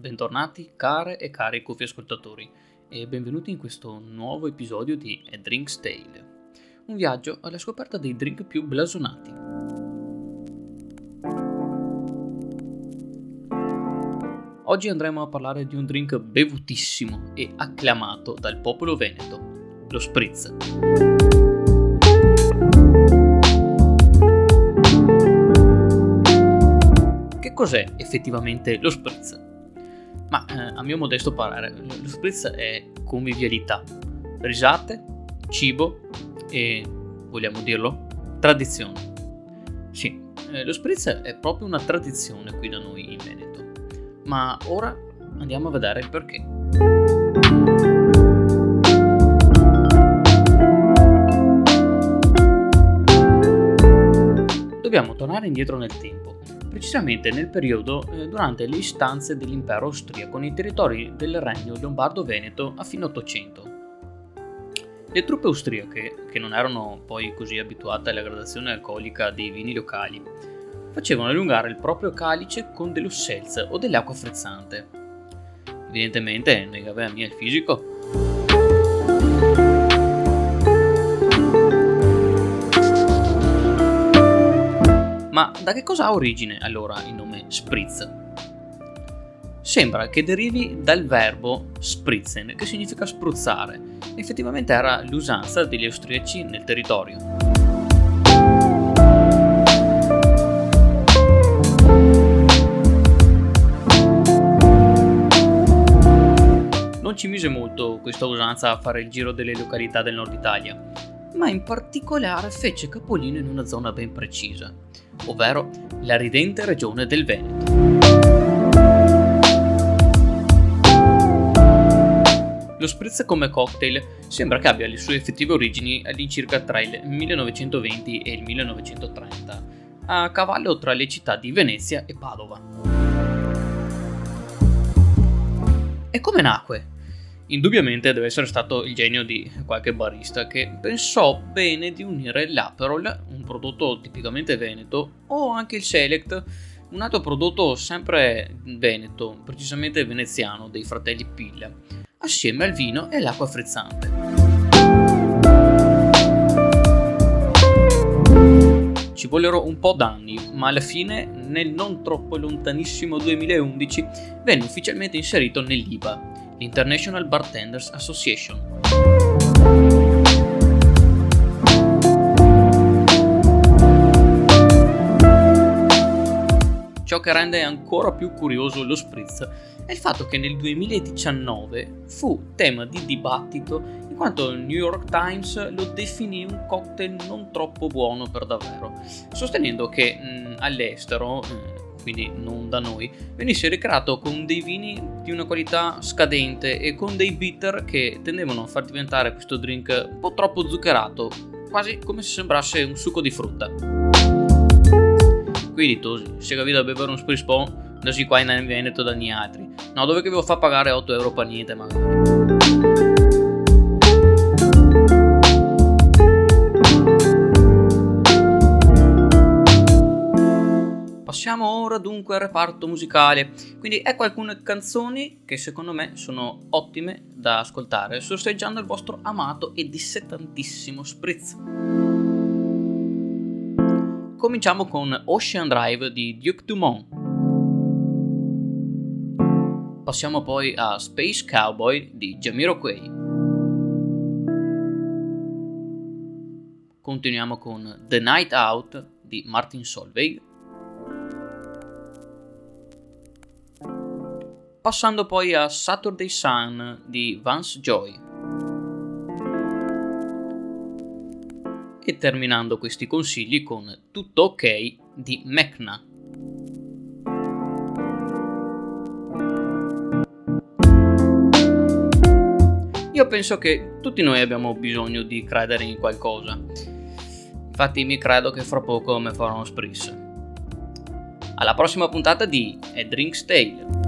bentornati care e cari cuffie ascoltatori e benvenuti in questo nuovo episodio di A Drink's Tale, un viaggio alla scoperta dei drink più blasonati. Oggi andremo a parlare di un drink bevutissimo e acclamato dal popolo veneto, lo spritz. Che cos'è effettivamente lo spritz? Ma a mio modesto parere, lo spritz è convivialità, risate, cibo e, vogliamo dirlo, tradizione. Sì, lo spritz è proprio una tradizione qui da noi in Veneto, ma ora andiamo a vedere il perché. Dobbiamo tornare indietro nel tempo, precisamente nel periodo durante le istanze dell'impero austriaco nei territori del regno lombardo-veneto a fine Ottocento. Le truppe austriache, che non erano poi così abituate alla gradazione alcolica dei vini locali, facevano allungare il proprio calice con dello seltz o dell'acqua frizzante. Evidentemente ne aveva mia il fisico. Ma da che cosa ha origine allora il nome spritz? Sembra che derivi dal verbo spritzen, che significa spruzzare. Effettivamente era l'usanza degli austriaci nel territorio. Non ci mise molto questa usanza a fare il giro delle località del nord Italia, ma in particolare fece capolino in una zona ben precisa, ovvero la ridente regione del Veneto. Lo spritz come cocktail sembra che abbia le sue effettive origini all'incirca tra il 1920 e il 1930, a cavallo tra le città di Venezia e Padova. E come nacque? Indubbiamente deve essere stato il genio di qualche barista che pensò bene di unire l'Aperol, un prodotto tipicamente veneto, o anche il Select, un altro prodotto sempre veneto, precisamente veneziano, dei fratelli Pilla, assieme al vino e all'acqua frizzante. Ci vollero un po' d'anni, ma alla fine, nel non troppo lontanissimo 2011, venne ufficialmente inserito nell'IBA, l'International Bartenders Association. Ciò che rende ancora più curioso lo spritz è il fatto che nel 2019 fu tema di dibattito in quanto il New York Times lo definì un cocktail non troppo buono per davvero, sostenendo che all'estero, quindi non da noi, venisse ricreato con dei vini di una qualità scadente e con dei bitter che tendevano a far diventare questo drink un po' troppo zuccherato, quasi come se sembrasse un succo di frutta. Quindi tosi, se capi da bere un spritz da si qua in Veneto da ni altri. No, dove che vi fa pagare 8 euro per niente magari. Passiamo ora dunque al reparto musicale, quindi ecco alcune canzoni che secondo me sono ottime da ascoltare, sorseggiando il vostro amato e dissetantissimo spritz. Cominciamo con Ocean Drive di Duke Dumont. Passiamo poi a Space Cowboy di Jamiroquai. Continuiamo con The Night Out di Martin Solveig. Passando poi a Saturday Sun di Vance Joy. E terminando questi consigli con Tutto ok di Mecna. Io penso che tutti noi abbiamo bisogno di credere in qualcosa. Infatti mi credo che fra poco me farò uno spritz. Alla prossima puntata di A Drink's Tale.